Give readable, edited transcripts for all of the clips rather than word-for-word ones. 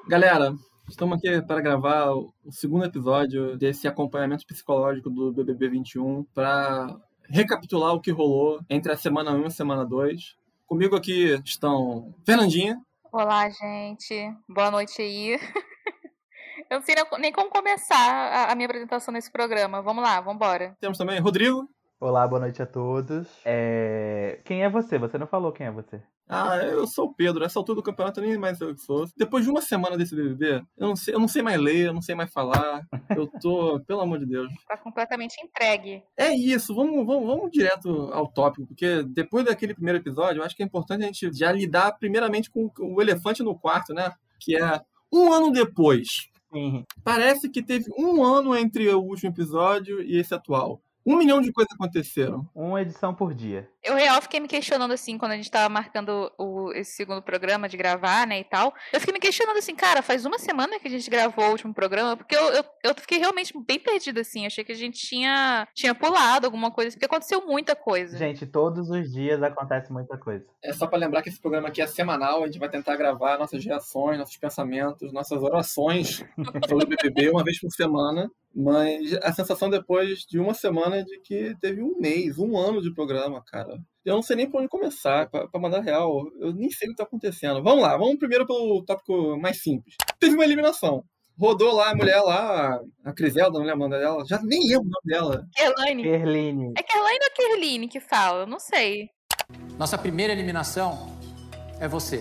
Galera, estamos aqui para gravar o segundo episódio desse acompanhamento psicológico do BBB 21 para recapitular o que rolou entre a semana 1 e a semana 2. Comigo aqui estão Fernandinha. Olá, gente. Boa noite aí. Eu não sei nem como começar a minha apresentação nesse programa. Vamos lá, vamos embora. Temos também Rodrigo. Olá, boa noite a todos. Quem é você? Você não falou quem é você. Eu sou o Pedro. Nessa altura do campeonato nem mais eu que sou. Depois de uma semana desse BBB, eu não sei mais ler, eu não sei mais falar. Eu tô, pelo amor de Deus. Tá completamente entregue. É isso, vamos direto ao tópico, porque depois daquele primeiro episódio, eu acho que é importante a gente já lidar primeiramente com o elefante no quarto, né? Que é um ano depois. Sim. Parece que teve um ano entre o último episódio e esse atual. 1 milhão de coisas aconteceram. Uma edição por dia. Eu real fiquei me questionando assim, quando a gente tava marcando esse segundo programa de gravar, né, e tal. Eu fiquei me questionando assim, cara, faz uma semana que a gente gravou o último programa, porque eu fiquei realmente bem perdida, assim. Achei que a gente tinha pulado alguma coisa, porque aconteceu muita coisa. Gente, todos os dias acontece muita coisa. É só pra lembrar que esse programa aqui é semanal, a gente vai tentar gravar nossas reações, nossos pensamentos, nossas orações sobre o BBB uma vez por semana. Mas a sensação depois de uma semana é de que teve um mês, um ano de programa, cara. Eu não sei nem por onde começar, pra mandar real. Eu nem sei o que tá acontecendo. Vamos lá, vamos primeiro pelo tópico mais simples. Teve uma eliminação. Rodou lá a mulher lá, a Criselda, não lembro o nome dela. Já nem lembro o nome dela. Kerline. É Kerline ou Kerline que fala? Eu não sei. Nossa primeira eliminação é você.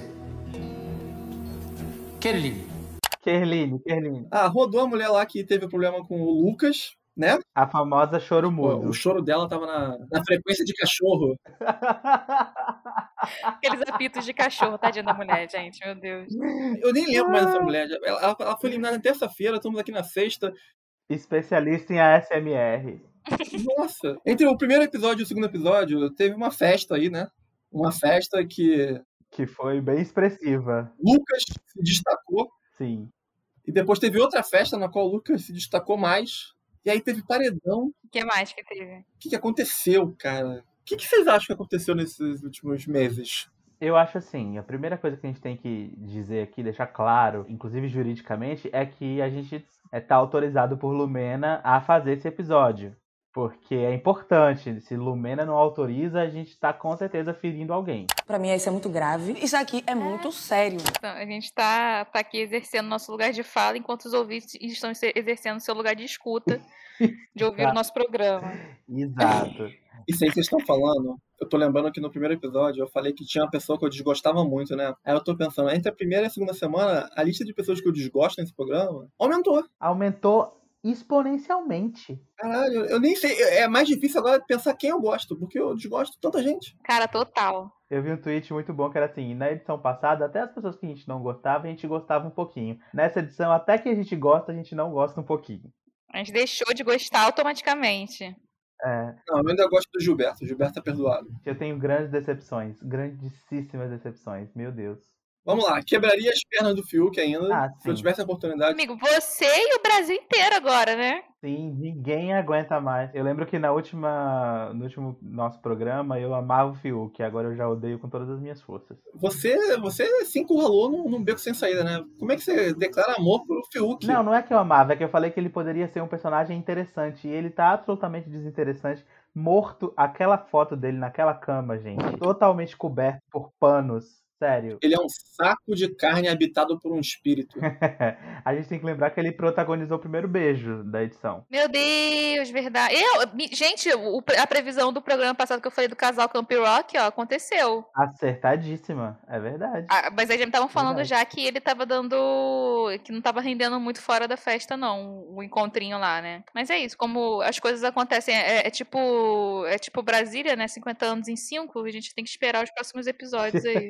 Kerline. Rodou a mulher lá que teve problema com o Lucas, né? A famosa choro mudo. O choro dela tava na frequência de cachorro. Aqueles apitos de cachorro, tadinha da mulher, gente, meu Deus. Eu nem lembro mais dessa mulher. Ela foi eliminada na terça-feira, estamos aqui na sexta. Especialista em ASMR. Nossa! Entre o primeiro episódio e o segundo episódio, teve uma festa aí, né? Uma festa que foi bem expressiva. Lucas se destacou. Sim. E depois teve outra festa na qual o Lucas se destacou mais. E aí teve paredão. O que mais que teve? O que aconteceu, cara? O que vocês acham que aconteceu nesses últimos meses? Eu acho assim, a primeira coisa que a gente tem que dizer aqui, deixar claro, inclusive juridicamente, é que a gente tá autorizado por Lumena a fazer esse episódio. Porque é importante, se Lumena não autoriza, a gente tá com certeza ferindo alguém. Pra mim isso é muito grave, isso aqui é muito sério. Então, a gente tá aqui exercendo nosso lugar de fala, enquanto os ouvintes estão exercendo seu lugar de escuta, de ouvir o nosso programa. Exato. Isso aí que vocês estão falando, eu tô lembrando que no primeiro episódio eu falei que tinha uma pessoa que eu desgostava muito, né? Aí eu tô pensando, entre a primeira e a segunda semana, a lista de pessoas que eu desgosto nesse programa aumentou. Aumentou exponencialmente. Caralho, eu nem sei. É mais difícil agora pensar quem eu gosto, porque eu desgosto de tanta gente. Cara, total. Eu vi um tweet muito bom que era assim, na edição passada, até as pessoas que a gente não gostava, a gente gostava um pouquinho. Nessa edição, até que a gente gosta, a gente não gosta um pouquinho. A gente deixou de gostar automaticamente. Não, eu ainda gosto do Gilberto. O Gilberto tá perdoado. Eu tenho grandes decepções, grandíssimas decepções, meu Deus. Vamos lá, quebraria as pernas do Fiuk ainda, se eu tivesse a oportunidade. Amigo, você e o Brasil inteiro agora, né? Sim, ninguém aguenta mais. Eu lembro que no último nosso programa eu amava o Fiuk, agora eu já odeio com todas as minhas forças. Você se encurralou num beco sem saída, né? Como é que você declara amor pro Fiuk? Não é que eu amava, é que eu falei que ele poderia ser um personagem interessante, e ele tá absolutamente desinteressante, morto, aquela foto dele naquela cama, gente, totalmente coberto por panos. Sério. Ele é um saco de carne habitado por um espírito. A gente tem que lembrar que ele protagonizou o primeiro beijo da edição. Meu Deus, verdade. Gente, a previsão do programa passado que eu falei do casal Camp Rock, ó, aconteceu. Acertadíssima, é verdade. Mas aí já me estavam falando já que ele tava que não tava rendendo muito fora da festa, não, o encontrinho lá, né? Mas é isso, como as coisas acontecem, é tipo Brasília, né? 50 anos em 5, a gente tem que esperar os próximos episódios aí.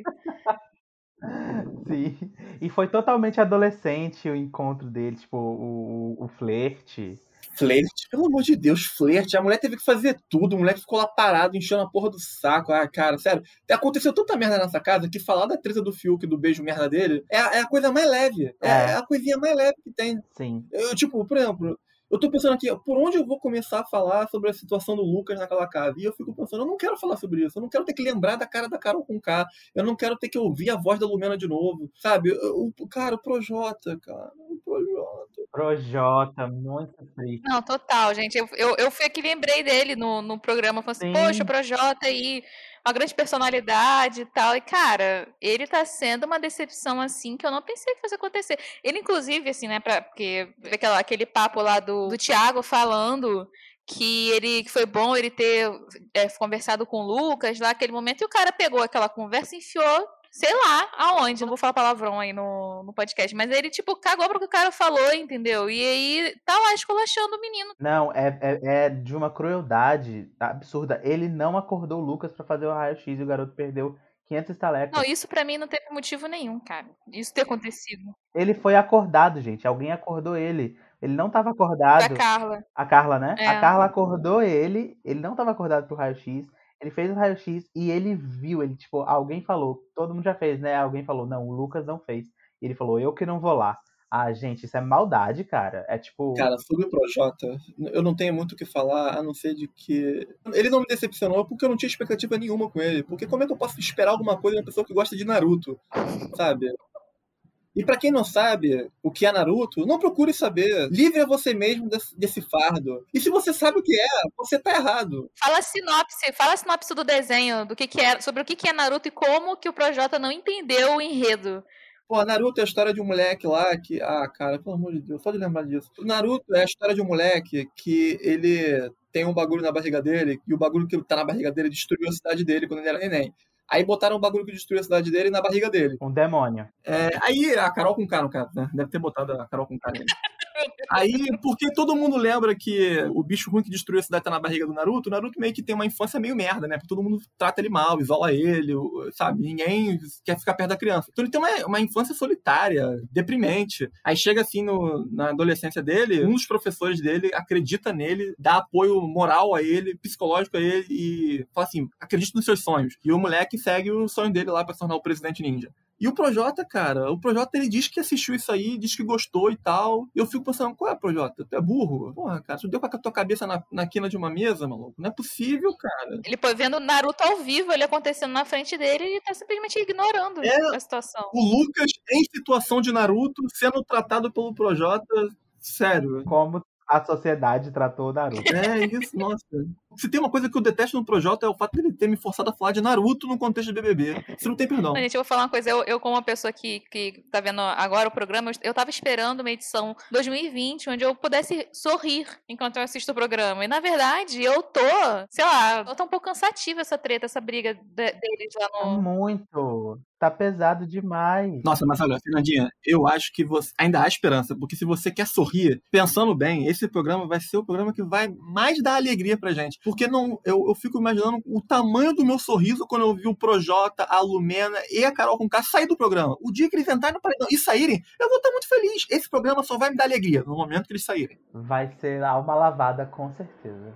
Sim, e foi totalmente adolescente o encontro dele, tipo, o flerte. Flerte? Pelo amor de Deus, flerte. A mulher teve que fazer tudo, o moleque ficou lá parado, enchendo a porra do saco. Cara, sério, aconteceu tanta merda nessa casa que falar da treta do Fiuk, do beijo merda dele, é a coisa mais leve. É a coisinha mais leve que tem. Sim. Por exemplo, Eu tô pensando aqui, por onde eu vou começar a falar sobre a situação do Lucas naquela casa? E eu fico pensando, eu não quero falar sobre isso. Eu não quero ter que lembrar da cara da Carol Conká. Eu não quero ter que ouvir a voz da Lumena de novo. Sabe? Cara, o Projota, cara. O Projota. Projota, muito triste. Não, total, gente. Eu fui aqui, lembrei dele no programa, falando assim, poxa, o Projota aí, uma grande personalidade e tal. E, cara, ele tá sendo uma decepção, assim, que eu não pensei que fosse acontecer. Ele, inclusive, assim, né, porque aquele papo lá do Thiago falando que foi bom ele ter conversado com o Lucas lá naquele momento, e o cara pegou aquela conversa e enfiou sei lá aonde, não vou falar palavrão aí no podcast, mas ele, tipo, cagou pro que o cara falou, entendeu? E aí tá lá esculachando o menino. Não, é de uma crueldade absurda. Ele não acordou o Lucas pra fazer o raio-x e o garoto perdeu 500 estalecas. Não, isso pra mim não teve motivo nenhum, cara. Isso ter acontecido. Ele foi acordado, gente. Alguém acordou ele. Ele não tava acordado. A Carla. A Carla, né? É. A Carla acordou ele. Ele não tava acordado pro raio-x. Ele fez o raio-x e ele viu. Ele, tipo, alguém falou. Todo mundo já fez, né? Alguém falou, não, o Lucas não fez. E ele falou, eu que não vou lá. Ah, gente, isso é maldade, cara. É tipo... Cara, sobre o Projota, eu não tenho muito o que falar, a não ser de que... Ele não me decepcionou porque eu não tinha expectativa nenhuma com ele. Porque como é que eu posso esperar alguma coisa de uma pessoa que gosta de Naruto, sabe? E pra quem não sabe o que é Naruto, não procure saber. Livre a você mesmo desse fardo. E se você sabe o que é, você tá errado. Fala a sinopse do desenho, do que é, sobre o que é Naruto e como que o Projota não entendeu o enredo. Pô, Naruto é a história de um moleque lá que... Ah, cara, pelo amor de Deus, só de lembrar disso. O Naruto é a história de um moleque que ele tem um bagulho na barriga dele, e o bagulho que tá na barriga dele destruiu a cidade dele quando ele era neném. Aí botaram o bagulho que destruiu a cidade dele na barriga dele. Um demônio. Aí a Carol Conká, no caso, né? Deve ter botado a Carol Conká nele. Aí, porque todo mundo lembra que o bicho ruim que destruiu a cidade tá na barriga do Naruto, o Naruto meio que tem uma infância meio merda, né? Porque todo mundo trata ele mal, isola ele, sabe? Ninguém quer ficar perto da criança. Então ele tem uma infância solitária, deprimente. Aí chega assim na adolescência dele, um dos professores dele acredita nele, dá apoio moral a ele, psicológico a ele e fala assim, acredita nos seus sonhos. E o moleque segue o sonho dele lá pra se tornar o presidente ninja. E o Projota, cara, ele diz que assistiu isso aí, diz que gostou e tal. E eu fico pensando, qual é, Projota? Tu é burro? Porra, cara, tu deu com a tua cabeça na quina de uma mesa, maluco? Não é possível, cara. Ele foi vendo Naruto ao vivo, ele acontecendo na frente dele e tá simplesmente ignorando a situação. O Lucas, em situação de Naruto, sendo tratado pelo Projota, sério. Como a sociedade tratou o Naruto. É isso, nossa. Se tem uma coisa que eu detesto no Projota é o fato dele ter me forçado a falar de Naruto no contexto de BBB. Isso não tem perdão. Gente, eu vou falar uma coisa. Eu como uma pessoa que tá vendo agora o programa, eu tava esperando uma edição 2020 onde eu pudesse sorrir enquanto eu assisto o programa. E, na verdade, eu tô, sei lá, eu tô um pouco cansativa essa treta, essa briga deles lá no... Muito. Tá pesado demais. Nossa, mas olha, Fernandinha, eu acho que ainda há esperança, porque se você quer sorrir, pensando bem, esse programa vai ser o programa que vai mais dar alegria pra gente. Porque eu fico imaginando o tamanho do meu sorriso quando eu vi o Projota, a Lumena e a Carol Conká sair do programa. O dia que eles entrarem no paredão e saírem, eu vou estar muito feliz. Esse programa só vai me dar alegria no momento que eles saírem. Vai ser alma lavada, com certeza.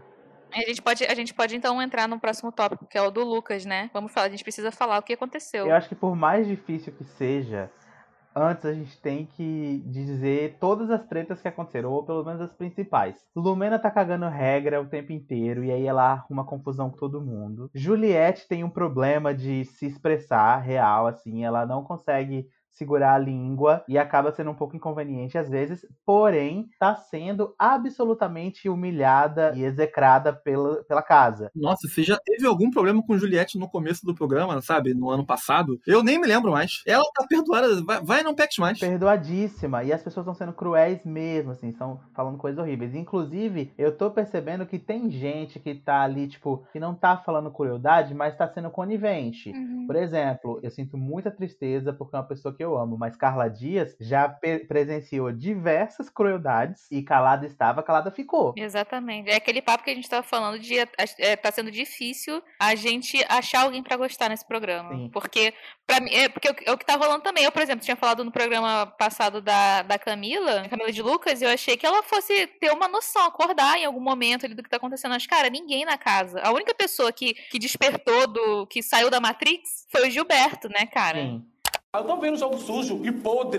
A gente pode então entrar no próximo tópico, que é o do Lucas, né? Vamos falar, a gente precisa falar o que aconteceu. Eu acho que por mais difícil que seja, antes a gente tem que dizer todas as tretas que aconteceram, ou pelo menos as principais. Lumena tá cagando regra o tempo inteiro, e aí ela arruma confusão com todo mundo. Juliette tem um problema de se expressar real, assim, ela não consegue segurar a língua e acaba sendo um pouco inconveniente às vezes, porém tá sendo absolutamente humilhada e execrada pela casa. Nossa, você já teve algum problema com Juliette no começo do programa, sabe? No ano passado? Eu nem me lembro mais. Ela tá perdoada, vai não peques mais. Perdoadíssima, e as pessoas estão sendo cruéis mesmo, assim, estão falando coisas horríveis. Inclusive, eu tô percebendo que tem gente que tá ali, tipo, que não tá falando crueldade, mas tá sendo conivente. Uhum. Por exemplo, eu sinto muita tristeza porque é uma pessoa que eu amo, mas Carla Dias já presenciou diversas crueldades e calada estava, calada ficou. Exatamente. É aquele papo que a gente tava falando de tá sendo difícil a gente achar alguém pra gostar nesse programa. Sim. Porque pra mim, porque é o que tá rolando também. Eu, por exemplo, tinha falado no programa passado da Camila de Lucas, e eu achei que ela fosse ter uma noção, acordar em algum momento ali do que tá acontecendo. Mas, cara, ninguém na casa. A única pessoa que despertou que saiu da Matrix foi o Gilberto, né, cara? Sim. Eu tô vendo jogo sujo e podre.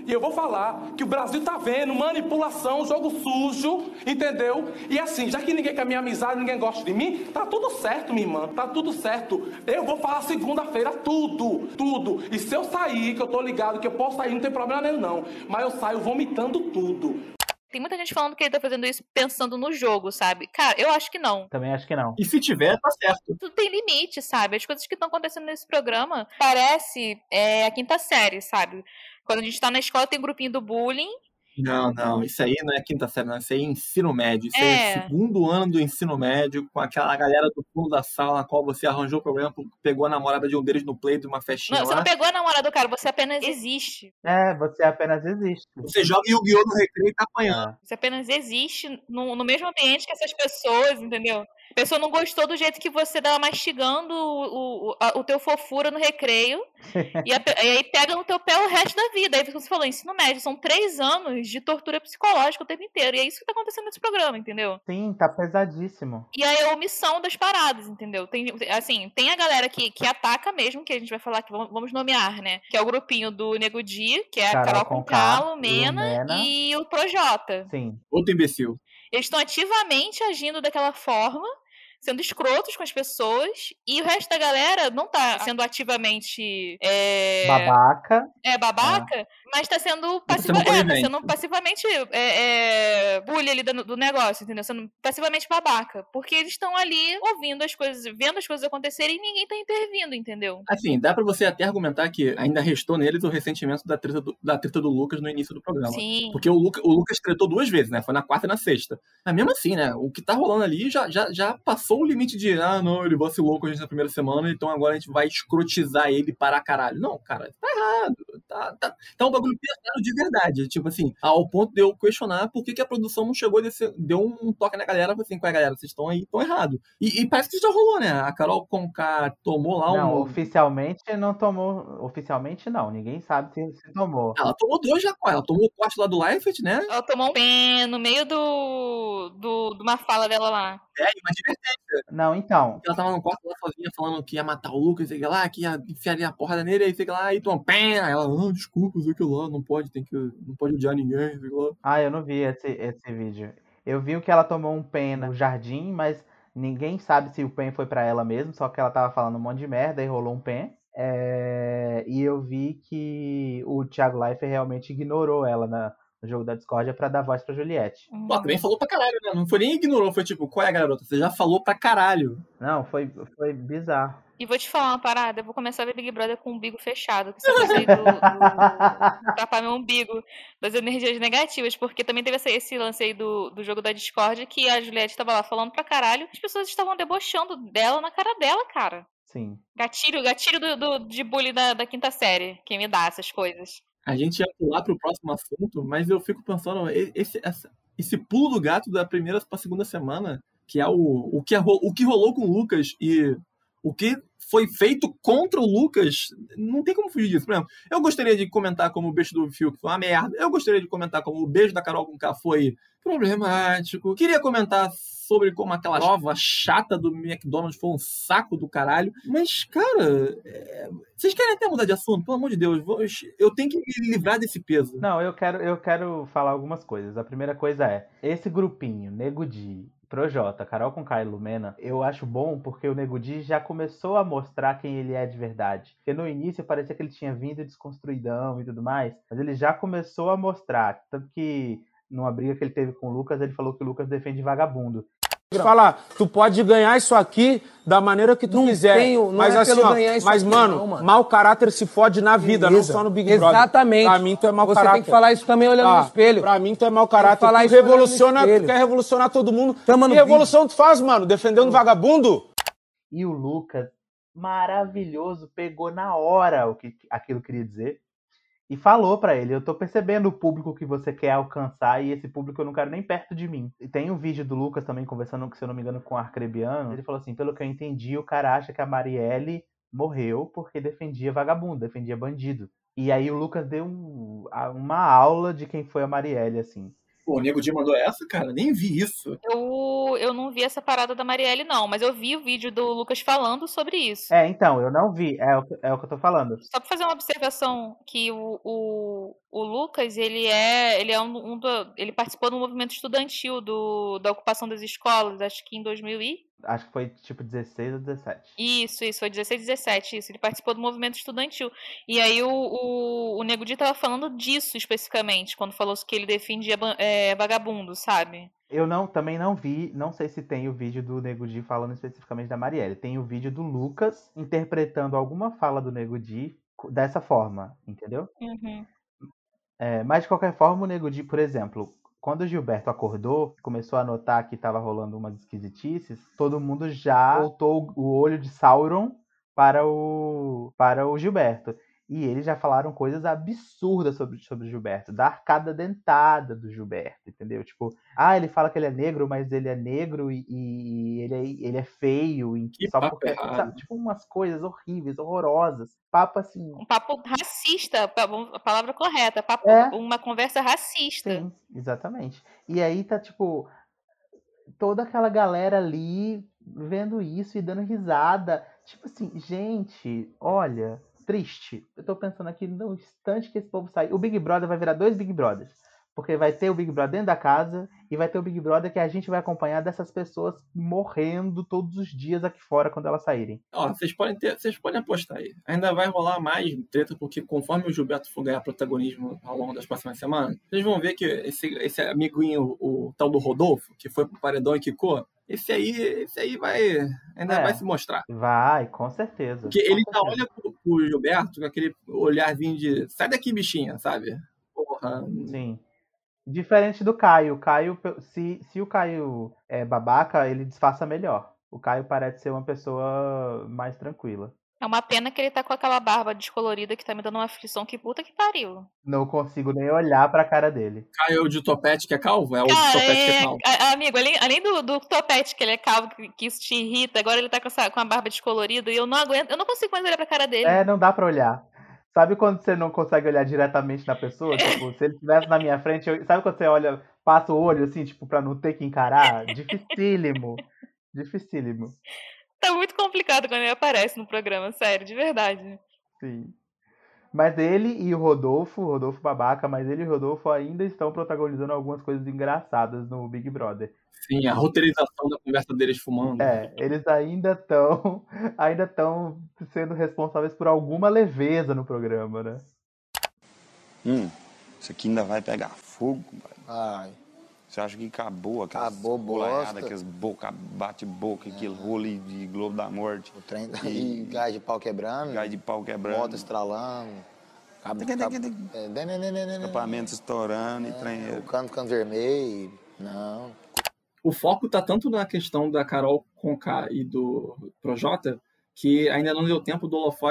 E eu vou falar que o Brasil tá vendo manipulação, jogo sujo, entendeu? E assim, já que ninguém quer minha amizade, ninguém gosta de mim, tá tudo certo, minha irmã, tá tudo certo. Eu vou falar segunda-feira tudo. E se eu sair, que eu tô ligado que eu posso sair, não tem problema nenhum não. Mas eu saio vomitando tudo. Tem muita gente falando que ele tá fazendo isso pensando no jogo, sabe? Cara, eu acho que não. Também acho que não. E se tiver, tá certo. Tudo tem limite, sabe? As coisas que estão acontecendo nesse programa parece a quinta série, sabe? Quando a gente tá na escola tem um grupinho do bullying. Não, isso aí não é quinta série, não. Isso aí é ensino médio. Isso aí é segundo ano do ensino médio, com aquela galera do fundo da sala na qual você arranjou o problema, pegou a namorada de um deles no play de uma festinha Não, lá. você não pegou a namorada do cara, você apenas existe. Você apenas existe. Você joga Yu-Gi-Oh! No recreio e tá apanhando. Você apenas existe no mesmo ambiente que essas pessoas, entendeu? A pessoa não gostou do jeito que você tava mastigando o teu fofura no recreio. E aí pega no teu pé o resto da vida. Aí você falou, ensino médio, são 3 anos de tortura psicológica o tempo inteiro. E é isso que tá acontecendo nesse programa, entendeu? Sim, tá pesadíssimo. E aí a omissão das paradas, entendeu? Tem a galera que ataca mesmo, que a gente vai falar que vamos nomear, né? Que é o grupinho do Nego Di, que é a Carol Conká, Lumena e o Projota. Sim. Outro imbecil. Eles estão ativamente agindo daquela forma, sendo escrotos com as pessoas, e o resto da galera não tá sendo ativamente babaca. Babaca, mas tá sendo passivamente bully ali do negócio, entendeu? Sendo passivamente babaca. Porque eles estão ali ouvindo as coisas, vendo as coisas acontecerem e ninguém tá intervindo, entendeu? Assim, dá pra você até argumentar que ainda restou neles o ressentimento da treta do Lucas no início do programa. Sim. Porque o Lucas tretou 2 vezes, né? Foi na quarta e na sexta. Mas mesmo assim, né? O que tá rolando ali já passou o limite de, não, ele vacilou com a gente na primeira semana, então agora a gente vai escrotizar ele para caralho. Não, cara, tá errado. Tá um bagulho pesado de verdade. Tipo assim, ao ponto de eu questionar por que a produção não chegou deu um toque na galera, assim, com a galera, vocês estão aí, estão errado. E parece que já rolou, né? A Carol Conká tomou lá Não, oficialmente não tomou. Oficialmente não, ninguém sabe se tomou. Ela tomou 2 já, ela tomou o corte lá do Leifert, né? Ela tomou um pé no meio de uma fala dela lá. Uma advertência. Não, então. Ela tava no quarto lá sozinha falando que ia matar o Lucas, sei lá, que ia enfiaria a porrada nele, aí sei lá, e toma pé. Aí ela, desculpa, sei lá, não pode odiar ninguém, sei lá. Eu não vi esse vídeo. Eu vi que ela tomou um pen no jardim, mas ninguém sabe se o pen foi pra ela mesmo, só que ela tava falando um monte de merda e rolou um pen. E eu vi que o Thiago Leifert realmente ignorou ela no jogo da discórdia pra dar voz pra Juliette. Pô, também falou pra caralho, né? Não foi nem ignorou, foi tipo, qual é, garota? Você já falou pra caralho. Não, foi bizarro. E vou te falar uma parada, eu vou começar a ver Big Brother com o umbigo fechado, que se eu gostei do tapar meu umbigo das energias negativas, porque também teve esse lance aí do jogo da Discord, que a Juliette tava lá falando pra caralho, as pessoas estavam debochando dela na cara dela, cara. Sim. Gatilho de bullying da quinta série, quem me dá essas coisas. A gente ia pular pro próximo assunto, mas eu fico pensando, esse pulo do gato da primeira pra segunda semana, que é o que rolou com o Lucas e o que foi feito contra o Lucas, não tem como fugir disso. Por exemplo, eu gostaria de comentar como o beijo do Fiuk foi uma merda, eu gostaria de comentar como o beijo da Carol Conká foi problemático, queria comentar sobre como aquela prova chata do McDonald's foi um saco do caralho, mas, cara, vocês querem até mudar de assunto? Pelo amor de Deus, eu tenho que me livrar desse peso. Não, eu quero falar algumas coisas. A primeira coisa é, esse grupinho, Nego Di, Projota, Carol Conká e Lumena, eu acho bom porque o Nego Di já começou a mostrar quem ele é de verdade. Porque no início parecia que ele tinha vindo desconstruidão e tudo mais, mas ele já começou a mostrar. Tanto que numa briga que ele teve com o Lucas, ele falou que o Lucas defende vagabundo. Falar, tu pode ganhar isso aqui da maneira que tu quiser. Mas assim, mano, mau caráter se fode na vida, não só no Big Brother. Exatamente. Pra mim tu é mau caráter. Você tem que falar isso também olhando no espelho. Pra mim tu é mau caráter. Tu quer revolucionar todo mundo. Que revolução tu faz, mano? Defendendo vagabundo? E o Lucas, maravilhoso, pegou na hora aquilo que queria dizer. E falou pra ele, eu tô percebendo o público que você quer alcançar e esse público eu não quero nem perto de mim. E tem um vídeo do Lucas também conversando, se eu não me engano, com o Arcrebiano. Ele falou assim, pelo que eu entendi, o cara acha que a Marielle morreu porque defendia vagabundo, defendia bandido. E aí o Lucas deu uma aula de quem foi a Marielle, assim. Pô, o Nego Di mandou essa, cara? Nem vi isso. Eu não vi essa parada da Marielle, não, mas eu vi o vídeo do Lucas falando sobre isso. Então, eu não vi, é o que eu tô falando. Só pra fazer uma observação, que o Lucas, ele participou do movimento estudantil da ocupação das escolas, acho que em 2000 Acho que foi tipo 16 ou 17. Isso, foi 16, 17, isso. Ele participou do movimento estudantil. E aí o Nego Di tava falando disso especificamente, quando falou que ele defendia vagabundo, sabe? Eu também não vi, não sei se tem o vídeo do Nego Di falando especificamente da Marielle. Tem o vídeo do Lucas interpretando alguma fala do Nego Di dessa forma, entendeu? Uhum. Mas de qualquer forma, o Nego Di, por exemplo, quando o Gilberto acordou, começou a notar que estava rolando umas esquisitices, todo mundo já voltou o olho de Sauron para o Gilberto. E eles já falaram coisas absurdas sobre o Gilberto, da arcada dentada do Gilberto, entendeu? Tipo, ele fala que ele é negro, mas ele é negro e ele é feio, só porque, sabe, tipo, umas coisas horríveis, horrorosas. Papo assim. Um papo racista, a palavra correta, uma conversa racista. Sim, exatamente. E aí tá, tipo, toda aquela galera ali vendo isso e dando risada. Tipo assim, gente, olha, triste. Eu tô pensando aqui no instante que esse povo sair. O Big Brother vai virar 2 Big Brothers. Porque vai ter o Big Brother dentro da casa e vai ter o Big Brother que a gente vai acompanhar dessas pessoas morrendo todos os dias aqui fora quando elas saírem. Vocês podem apostar aí. Ainda vai rolar mais treta, porque conforme o Gilberto for ganhar protagonismo ao longo das próximas semanas, vocês vão ver que esse amiguinho, o tal do Rodolfo, que foi pro paredão e quicou, esse aí vai se mostrar. Vai, com certeza. Porque ele olha pro Gilberto com aquele olharzinho de sai daqui, bichinha, sabe? Porra. Sim. Diferente do Caio. Se o Caio é babaca, ele disfarça melhor. O Caio parece ser uma pessoa mais tranquila. É uma pena que ele tá com aquela barba descolorida que tá me dando uma aflição, que puta que pariu. Não consigo nem olhar pra cara dele. Caio de topete que é calvo? O de topete que é calvo. Amigo, além do topete que ele é calvo, que isso te irrita, agora ele tá com a barba descolorida e eu não aguento, eu não consigo mais olhar pra cara dele. Não dá pra olhar. Sabe quando você não consegue olhar diretamente na pessoa? Tipo, se ele estivesse na minha frente, sabe quando você olha, passa o olho assim, tipo, pra não ter que encarar? Dificílimo. Dificílimo. Tá muito complicado quando ele aparece no programa, sério, de verdade. Sim. Mas ele e o Rodolfo babaca, mas ele e o Rodolfo ainda estão protagonizando algumas coisas engraçadas no Big Brother. Sim, a roteirização da conversa deles fumando. Eles ainda estão sendo responsáveis por alguma leveza no programa, né? Isso aqui ainda vai pegar fogo. Ai. Você acha que acabou aquelas bosta, aquelas bate-boca, aquele rolo de Globo da Morte. O trem e gás de pau quebrando. Moto estralando. Escapamento estourando e trem. O cano ficando vermelho. Não. O foco tá tanto na questão da Carol Conká e do Projota que ainda não deu tempo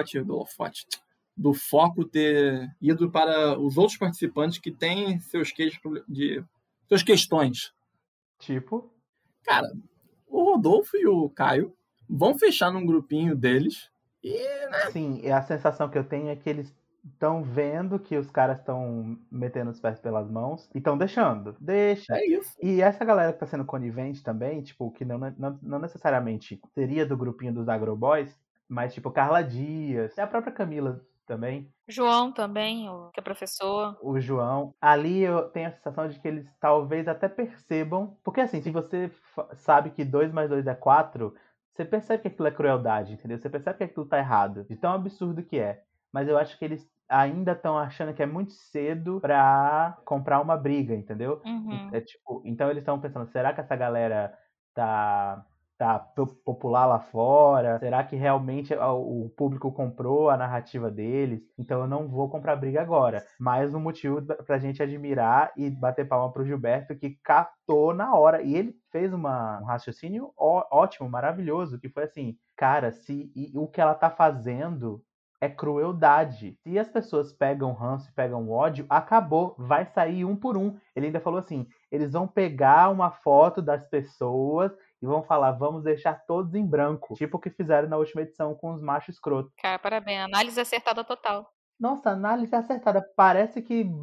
do foco ter ido para os outros participantes que têm suas questões. Tipo? Cara, o Rodolfo e o Caio vão fechar num grupinho deles e, né? Sim, a sensação que eu tenho é que eles estão vendo que os caras estão metendo os pés pelas mãos e estão deixando. Deixa. É isso. E essa galera que tá sendo conivente também, tipo, que não necessariamente seria do grupinho dos Agroboys, mas tipo Carla Dias, a própria Camila também. João também, que é professor. O João. Ali eu tenho a sensação de que eles talvez até percebam. Porque assim, se você sabe que 2 mais 2 é 4, você percebe que aquilo é crueldade, entendeu? Você percebe que aquilo tá errado. De tão absurdo que é. Mas eu acho que eles ainda estão achando que é muito cedo pra comprar uma briga, entendeu? Uhum. Então eles estão pensando, será que essa galera tá popular lá fora? Será que realmente o público comprou a narrativa deles? Então eu não vou comprar briga agora. Mais um motivo pra gente admirar e bater palma pro Gilberto, que catou na hora. E ele fez um raciocínio ótimo, maravilhoso, que foi assim, cara, o que ela tá fazendo é crueldade. Se as pessoas pegam ranço e pegam ódio, acabou, vai sair um por um. Ele ainda falou assim, eles vão pegar uma foto das pessoas e vão falar, vamos deixar todos em branco. Tipo o que fizeram na última edição com os machos escrotos. Cara, parabéns. Análise acertada total. Nossa, análise acertada. Parece que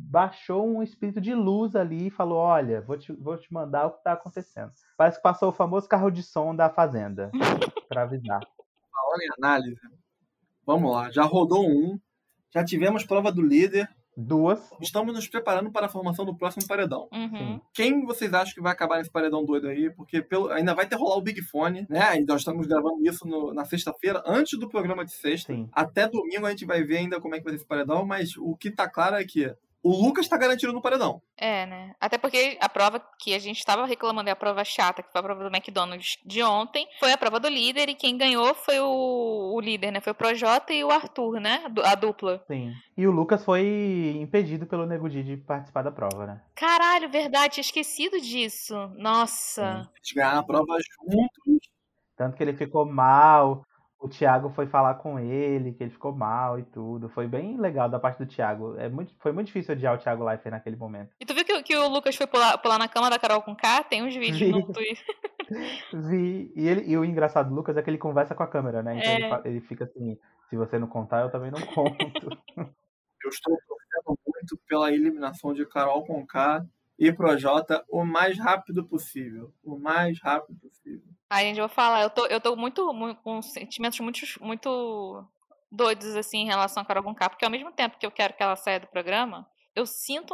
baixou um espírito de luz ali e falou, olha, vou te mandar o que tá acontecendo. Parece que passou o famoso carro de som da Fazenda pra avisar. Falando em análise, vamos lá, já rodou já tivemos prova do líder. 2. Estamos nos preparando para a formação do próximo paredão. Uhum. Quem vocês acham que vai acabar nesse paredão doido aí? Porque ainda vai ter rolar o Big Fone, né? E nós estamos gravando isso na sexta-feira, antes do programa de sexta. Sim. Até domingo a gente vai ver ainda como é que vai ser esse paredão, mas o que tá claro é que o Lucas tá garantido no paredão. É, né? Até porque a prova que a gente estava reclamando é a prova chata, que foi a prova do McDonald's de ontem, foi a prova do líder, e quem ganhou foi o líder, né? Foi o Projota e o Arthur, né? A dupla. Sim. E o Lucas foi impedido pelo Nego Di de participar da prova, né? Caralho, verdade, tinha esquecido disso. Nossa. Eles ganharam a prova juntos. Tanto que ele ficou mal. O Thiago foi falar com ele, que ele ficou mal e tudo. Foi bem legal da parte do Thiago. Foi muito difícil odiar o Thiago Leifert naquele momento. E tu viu que o Lucas foi pular na cama da Carol com K? Tem uns vídeos no Twitter. Vi. E o engraçado do Lucas é que ele conversa com a câmera, né? Então ele fica assim, se você não contar, eu também não conto. Eu estou torcendo muito pela eliminação de Carol com K e Projota o mais rápido possível. O mais rápido possível. Ai, gente, eu vou falar, eu tô muito com sentimentos muito doidos, assim, em relação a Carol Conká, porque ao mesmo tempo que eu quero que ela saia do programa, eu sinto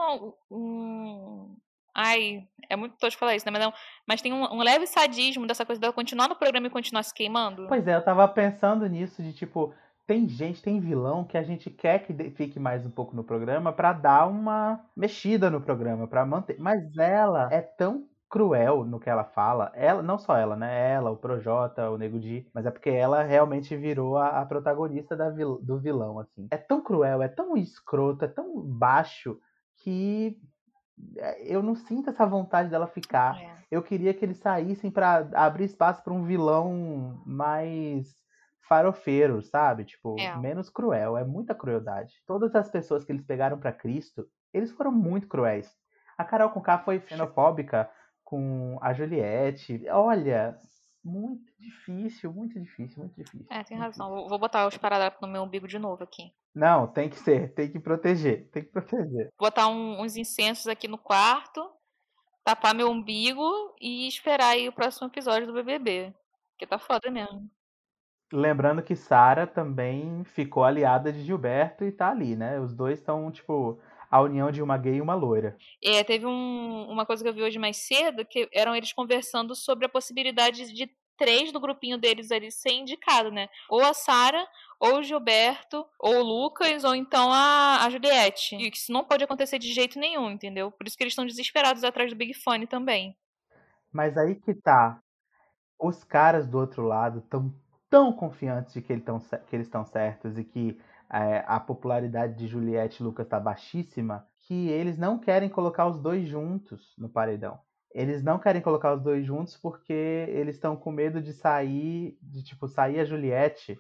ai, é muito tosco falar isso, né? Mas tem um leve sadismo dessa coisa dela continuar no programa e continuar se queimando. Pois é, eu tava pensando nisso, de tipo, tem vilão que a gente quer que fique mais um pouco no programa pra dar uma mexida no programa, pra manter. Mas ela é tão cruel no que ela fala, não só ela, né? Ela, o Projota, o Nego Di, mas é porque ela realmente virou a protagonista do vilão, assim. É tão cruel, é tão escroto, é tão baixo que eu não sinto essa vontade dela ficar. Eu queria que eles saíssem pra abrir espaço pra um vilão mais farofeiro, sabe? Tipo, menos cruel. É muita crueldade. Todas as pessoas que eles pegaram pra Cristo, eles foram muito cruéis. A Carol Conká foi xenofóbica com a Juliette. Olha, muito difícil, muito difícil, muito difícil. Tem razão. Vou botar os paradrapos no meu umbigo de novo aqui. Não, tem que ser. Tem que proteger. Tem que proteger. Botar uns incensos aqui no quarto, tapar meu umbigo e esperar aí o próximo episódio do BBB. Porque tá foda mesmo. Lembrando que Sara também ficou aliada de Gilberto e tá ali, né? Os dois estão, tipo, a união de uma gay e uma loira. Teve uma coisa que eu vi hoje mais cedo, que eram eles conversando sobre a possibilidade de 3 do grupinho deles ali ser indicado, né? Ou a Sara, ou o Gilberto, ou o Lucas, ou então a Juliette. E que isso não pode acontecer de jeito nenhum, entendeu? Por isso que eles estão desesperados atrás do Big Fone também. Mas aí que tá. Os caras do outro lado estão tão confiantes de que eles estão certos e que a popularidade de Juliette e Lucas tá baixíssima, que eles não querem colocar os dois juntos no paredão. Eles não querem colocar os dois juntos porque eles estão com medo de sair a Juliette,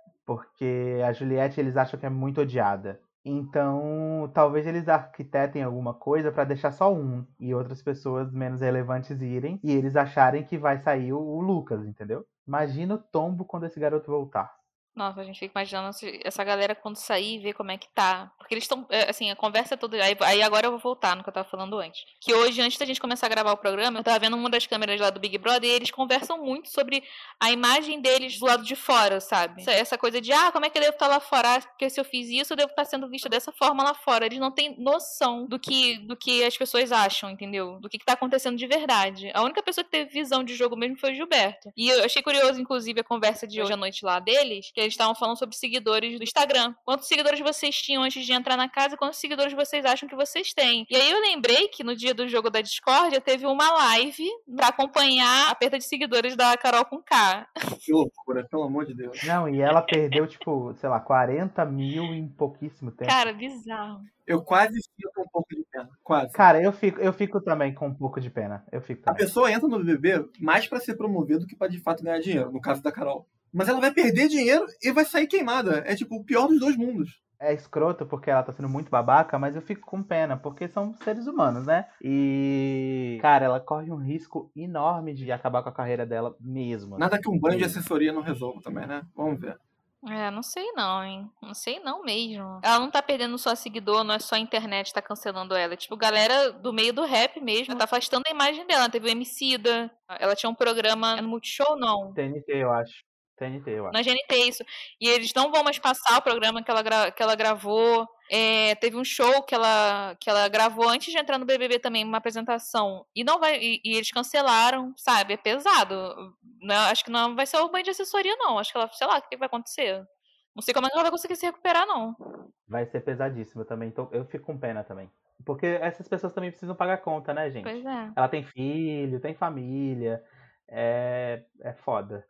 porque a Juliette eles acham que é muito odiada. Então, talvez eles arquitetem alguma coisa pra deixar só um e outras pessoas menos relevantes irem e eles acharem que vai sair o Lucas, entendeu? Imagina o tombo quando esse garoto voltar. Nossa, a gente fica imaginando essa galera quando sair e ver como é que tá. Porque eles estão, assim, a conversa toda... Aí agora eu vou voltar no que eu tava falando antes. Que hoje, antes da gente começar a gravar o programa, eu tava vendo uma das câmeras lá do Big Brother e eles conversam muito sobre a imagem deles do lado de fora, sabe? Essa coisa de, como é que eu devo estar lá fora? Porque se eu fiz isso, eu devo estar sendo vista dessa forma lá fora. Eles não têm noção do que as pessoas acham, entendeu? Do que tá acontecendo de verdade. A única pessoa que teve visão de jogo mesmo foi o Gilberto. E eu achei curioso, inclusive, a conversa de hoje à noite lá deles, que eles estavam falando sobre seguidores do Instagram. Quantos seguidores vocês tinham antes de entrar na casa e quantos seguidores vocês acham que vocês têm? E aí eu lembrei que no dia do jogo da Discórdia teve uma live pra acompanhar a perda de seguidores da Carol Conká. Que loucura, pelo amor de Deus. Não, e ela perdeu, tipo, sei lá, 40 mil em pouquíssimo tempo. Cara, bizarro. Eu quase fico com um pouco de pena. Quase. Cara, eu fico também com um pouco de pena. A pessoa entra no BBB mais pra ser promovido que pra de fato ganhar dinheiro, no caso da Carol. Mas ela vai perder dinheiro e vai sair queimada. É tipo o pior dos dois mundos. É escroto porque ela tá sendo muito babaca, mas eu fico com pena, porque são seres humanos, né? E, cara, ela corre um risco enorme de acabar com a carreira dela mesmo. Nada que um banho de assessoria não resolva também, né? Vamos ver. Não sei não, hein? Não sei não mesmo. Ela não tá perdendo só seguidor, não é só a internet tá cancelando ela. Tipo, galera do meio do rap mesmo tá afastando a imagem dela. Ela teve o Emicida, ela tinha um programa no Multishow, não. TNT, eu acho. Na GNT, isso. E eles não vão mais passar o programa que ela gravou. Teve um show que ela gravou antes de entrar no BBB também, uma apresentação. E não vai e eles cancelaram, sabe? É pesado. Acho que não vai ser o banho de assessoria, não. Acho que ela, sei lá, o que vai acontecer. Não sei como é que ela vai conseguir se recuperar, não. Vai ser pesadíssimo também. Então, eu fico com pena também. Porque essas pessoas também precisam pagar conta, né, gente? Pois é. Ela tem filho, tem família. É foda.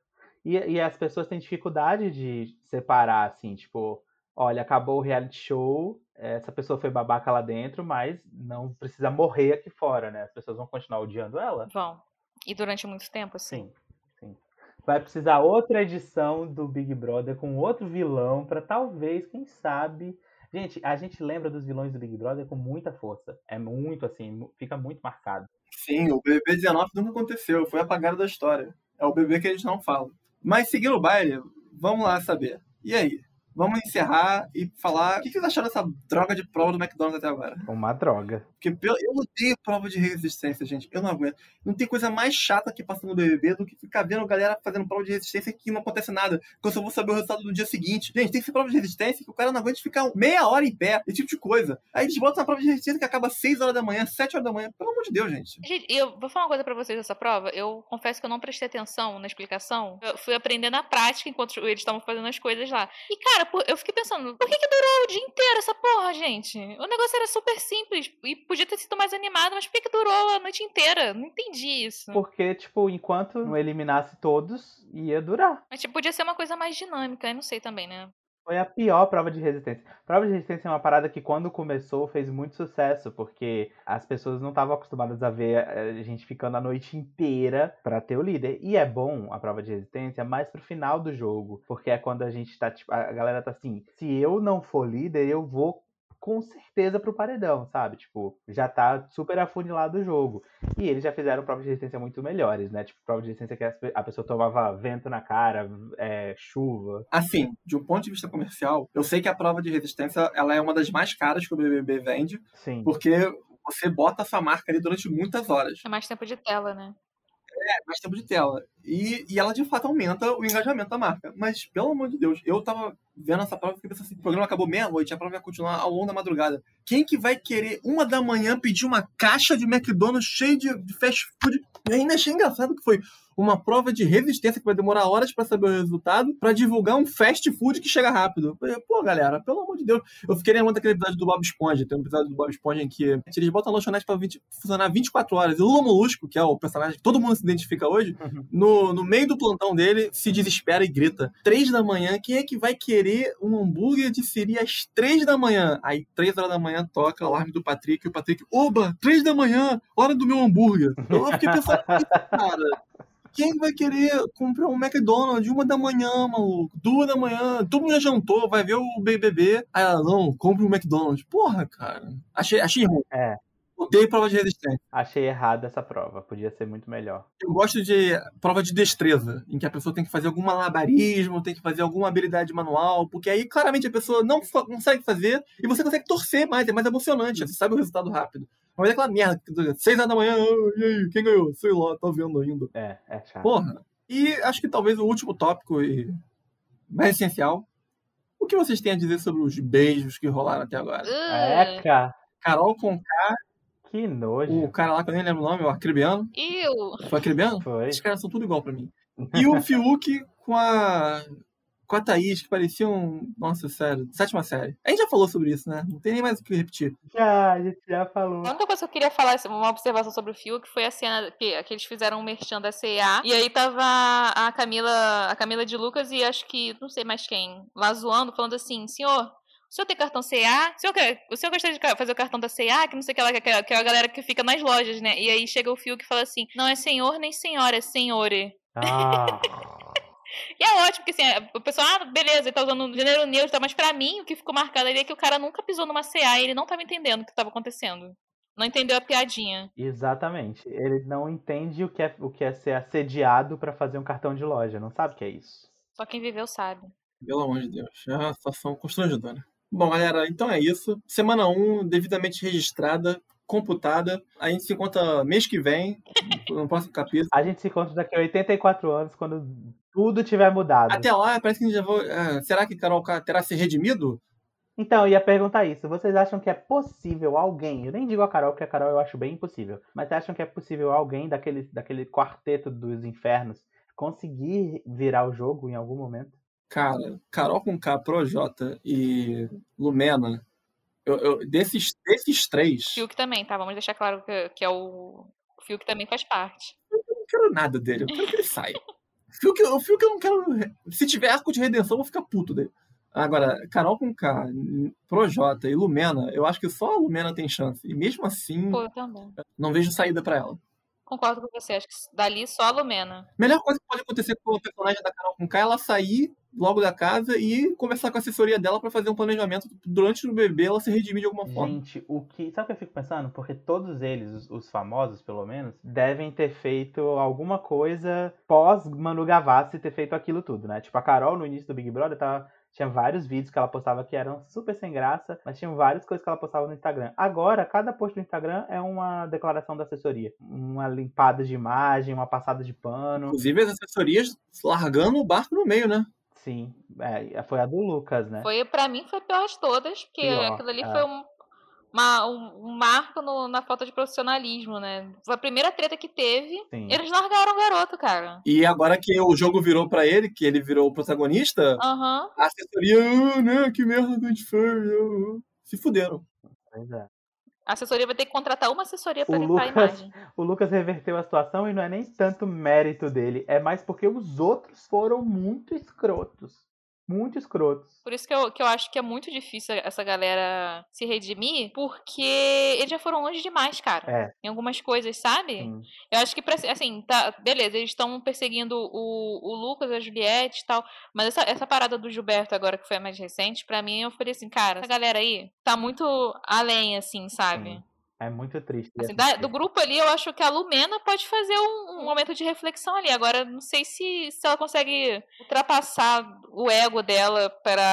E as pessoas têm dificuldade de separar, assim, tipo, olha, acabou o reality show, essa pessoa foi babaca lá dentro, mas não precisa morrer aqui fora, né? As pessoas vão continuar odiando ela. Vão. E durante muito tempo, assim. Sim. Vai precisar outra edição do Big Brother com outro vilão pra talvez, quem sabe... Gente, a gente lembra dos vilões do Big Brother com muita força. É muito, assim, fica muito marcado. Sim, o BBB 19 nunca aconteceu, foi apagado da história. É o BBB que a gente não fala. Mas seguindo o baile, vamos lá saber. E aí? Vamos encerrar e falar o que vocês acharam dessa droga de prova do McDonald's até agora? Uma droga. Porque eu odeio prova de resistência, gente. Eu não aguento. Não tem coisa mais chata que passar no BBB do que ficar vendo a galera fazendo prova de resistência que não acontece nada. Que eu só vou saber o resultado no dia seguinte. Gente, tem que ser prova de resistência que o cara não aguenta ficar meia hora em pé. Esse tipo de coisa. Aí eles botam uma prova de resistência que acaba às 6 horas da manhã, 7 horas da manhã. Pelo amor de Deus, gente. Gente, eu vou falar uma coisa pra vocês dessa prova. Eu confesso que eu não prestei atenção na explicação. Eu fui aprender na prática enquanto eles estavam fazendo as coisas lá. E, cara, eu fiquei pensando, por que durou o dia inteiro essa porra, gente? O negócio era super simples e podia ter sido mais animado, mas por que durou a noite inteira? Não entendi isso. Porque, tipo, enquanto não eliminasse todos, ia durar. Mas, tipo, podia ser uma coisa mais dinâmica, eu não sei também, né? Foi a pior prova de resistência. Prova de resistência é uma parada que, quando começou, fez muito sucesso, porque as pessoas não estavam acostumadas a ver a gente ficando a noite inteira pra ter o líder. E é bom a prova de resistência mais pro final do jogo, porque é quando a gente tá, tipo, a galera tá assim, se eu não for líder, eu vou com certeza pro paredão, sabe? Tipo, já tá super afunilado o jogo. E eles já fizeram provas de resistência muito melhores, né? Tipo, prova de resistência que a pessoa tomava vento na cara, chuva. Assim, de um ponto de vista comercial, eu sei que a prova de resistência ela é uma das mais caras que o BBB vende. Sim. Porque você bota a sua marca ali durante muitas horas. É mais tempo de tela, né? Mais tempo de tela. E ela, de fato, aumenta o engajamento da marca. Mas, pelo amor de Deus, eu tava vendo essa prova e fiquei pensando assim, o programa acabou meia-noite, a prova vai continuar ao longo da madrugada. Quem que vai querer, 1 da manhã, pedir uma caixa de McDonald's cheia de fast food? E ainda achei engraçado que foi uma prova de resistência que vai demorar horas pra saber o resultado, pra divulgar um fast food que chega rápido. Pô, galera, pelo amor de Deus. Eu fiquei lembrando daquele episódio do Bob Esponja. Tem um episódio do Bob Esponja em que eles botam a lanchonete pra funcionar 24 horas. E o Lula Molusco, que é o personagem que todo mundo se identifica hoje, no meio do plantão dele, se desespera e grita. 3 da manhã, quem é que vai querer um hambúrguer de siri às 3 da manhã? Aí, 3 horas da manhã, toca o alarme do Patrick. E o Patrick, oba, 3 da manhã, hora do meu hambúrguer. Eu fiquei pensando, cara... Quem vai querer comprar um McDonald's 1 da manhã, maluco? 2 da manhã, todo mundo já jantou, vai ver o BBB. Aí ela, não, compre um McDonald's. Porra, cara. Achei ruim. Odeio prova de resistência. Achei errado essa prova, podia ser muito melhor. Eu gosto de prova de destreza, em que a pessoa tem que fazer algum malabarismo, tem que fazer alguma habilidade manual, porque aí claramente a pessoa não consegue fazer e você consegue torcer mais, é mais emocionante, você sabe o resultado rápido. Mas é aquela merda, 6 horas da manhã, e aí, quem ganhou? Sei lá, tá vendo ainda. É chato. Porra. E acho que talvez o último tópico e mais essencial, o que vocês têm a dizer sobre os beijos que rolaram até agora? Cara. Carol Conká. Que nojo. O cara lá que eu nem lembro o nome, o Acribiano. Foi Acribiano? Foi. Esses caras são tudo igual pra mim. E o Fiuk com a Thaís, que pareciam... Nossa, sério, 7ª série. A gente já falou sobre isso, né? Não tem nem mais o que repetir. A gente já falou. A única coisa que eu queria falar, uma observação sobre o Fiuk, foi a cena que eles fizeram um merchan da C&A, e aí tava a Camila de Lucas e acho que, não sei mais quem, lá zoando, falando assim, senhor... O senhor tem cartão C&A? O senhor gostaria de fazer o cartão da C&A? Que não sei o que ela que é a galera que fica nas lojas, né? E aí chega o Fiuk e fala assim, não é senhor nem senhora, é senhore. E é ótimo, porque assim, o pessoal, beleza, ele tá usando gênero neutro, mas pra mim o que ficou marcado ali é que o cara nunca pisou numa C&A e ele não tava entendendo o que tava acontecendo. Não entendeu a piadinha. Exatamente. Ele não entende o que é ser assediado pra fazer um cartão de loja. Não sabe o que é isso. Só quem viveu sabe. Pelo amor de Deus. É uma situação constrangedora. Bom, galera, então é isso. Semana 1, devidamente registrada, computada. A gente se encontra mês que vem, no próximo capítulo. A gente se encontra daqui a 84 anos, quando tudo tiver mudado. Até lá, parece que a gente já vai... será que Carol K terá se redimido? Então, eu ia perguntar isso. Vocês acham que é possível alguém, eu nem digo a Carol, porque a Carol eu acho bem impossível, mas acham que é possível alguém daquele quarteto dos infernos conseguir virar o jogo em algum momento? Cara, Carol com K, Projota e Lumena, desses três... Fiuk também, tá? Vamos deixar claro que é o Fiuk também faz parte. Eu não quero nada dele, eu quero que ele saia. O Fiuk eu não quero... Se tiver arco de redenção, eu vou ficar puto dele. Agora, Carol com K, Projota e Lumena, eu acho que só a Lumena tem chance. E mesmo assim, Pô, eu também. Não vejo saída pra ela. Concordo com você, acho que dali só a Lumena. Melhor coisa que pode acontecer com o personagem da Carol com K é ela sair logo da casa e conversar com a assessoria dela pra fazer um planejamento durante o BBB, ela se redimir de alguma forma. Gente, sabe o que eu fico pensando? Porque todos eles, os famosos pelo menos, devem ter feito alguma coisa pós Manu Gavassi ter feito aquilo tudo, né? Tipo, a Carol no início do Big Brother tinha vários vídeos que ela postava que eram super sem graça, mas tinham várias coisas que ela postava no Instagram. Agora, cada post do Instagram é uma declaração da assessoria. Uma limpada de imagem, uma passada de pano. Inclusive as assessorias largando o barco no meio, né? Sim, foi a do Lucas, né? Pra mim foi a pior de todas, porque aquilo ali foi um marco na falta de profissionalismo, né? Foi a primeira treta que teve. Sim. Eles largaram o garoto, cara. E agora que o jogo virou pra ele, que ele virou o protagonista, a assessoria, né, que merda que a gente fez, se fuderam. Pois é. A assessoria vai ter que contratar uma assessoria pra limpar a imagem. O Lucas reverteu a situação e não é nem tanto mérito dele, é mais porque os outros foram muito escrotos. Muito escrotos. Por isso que eu acho que é muito difícil essa galera se redimir, porque eles já foram longe demais, cara. Em algumas coisas, sabe? Sim. Eu acho que, assim, tá, beleza, eles estão perseguindo o Lucas, a Juliette e tal, mas essa parada do Gilberto agora, que foi a mais recente, pra mim, eu falei assim, cara, essa galera aí tá muito além, assim, sabe? Sim. É muito triste. Assim, do grupo ali, eu acho que a Lumena pode fazer um momento de reflexão ali. Agora, não sei se ela consegue ultrapassar o ego dela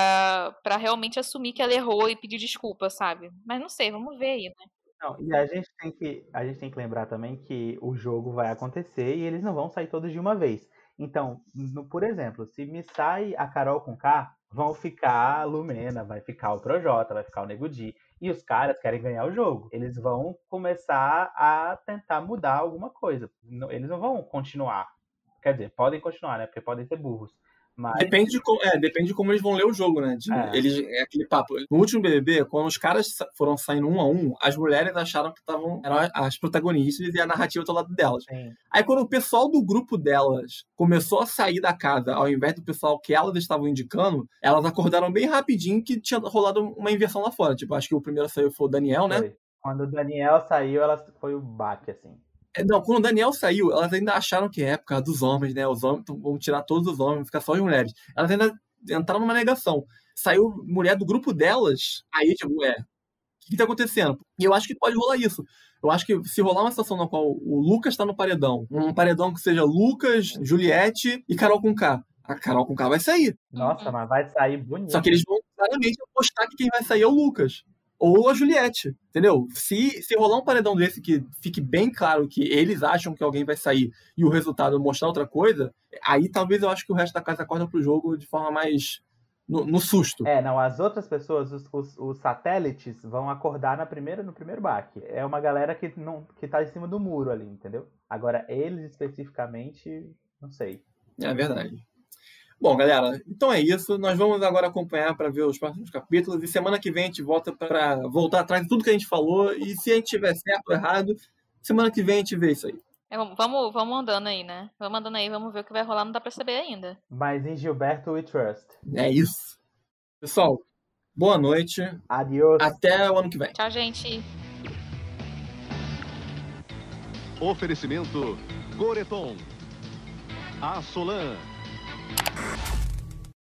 pra realmente assumir que ela errou e pedir desculpa, sabe? Mas não sei, vamos ver aí, né? Não, e a gente tem que lembrar também que o jogo vai acontecer e eles não vão sair todos de uma vez. Então, por exemplo, se me sai a Carol com K, vão ficar a Lumena, vai ficar o Projota, vai ficar o Nego Di. E os caras querem ganhar o jogo. Eles vão começar a tentar mudar alguma coisa. Eles não vão continuar. Quer dizer, podem continuar, né? Porque podem ser burros. Mas... Depende de como eles vão ler o jogo, né? É aquele papo. No último BBB, quando os caras foram saindo 1 a 1, as mulheres acharam que eram as protagonistas e a narrativa do lado delas. Sim. Aí quando o pessoal do grupo delas começou a sair da casa, ao invés do pessoal que elas estavam indicando, elas acordaram bem rapidinho que tinha rolado uma inversão lá fora. Tipo, acho que o primeiro saiu foi o Daniel, né? Quando o Daniel saiu, foi o baque, assim. Não, quando o Daniel saiu, elas ainda acharam que é por causa dos homens, né? Os homens vão tirar todos os homens, vão ficar só as mulheres. Elas ainda entraram numa negação. Saiu mulher do grupo delas, aí, tipo, o que tá acontecendo? E eu acho que pode rolar isso. Eu acho que se rolar uma situação na qual o Lucas tá no paredão, um paredão que seja Lucas, Juliette e Carol com K, a Carol com K vai sair. Nossa, mas vai sair bonito. Só que eles vão claramente apostar que quem vai sair é o Lucas. Ou a Juliette, entendeu? Se rolar um paredão desse que fique bem claro que eles acham que alguém vai sair e o resultado mostrar outra coisa, aí talvez eu acho que o resto da casa acorda pro jogo de forma mais no susto. Não, as outras pessoas, os satélites, vão acordar no primeiro baque. É uma galera que tá em cima do muro ali, entendeu? Agora, eles especificamente, não sei. É verdade. Bom, galera, então é isso. Nós vamos agora acompanhar para ver os próximos capítulos e semana que vem a gente volta para voltar atrás de tudo que a gente falou e se a gente tiver certo ou errado, semana que vem a gente vê isso aí. Vamos andando aí, né? Vamos andando aí, vamos ver o que vai rolar, não dá para saber ainda. Mas em Gilberto we trust. É isso. Pessoal, boa noite. Adiós. Até o ano que vem. Tchau, gente. Oferecimento Goreton. A Solan.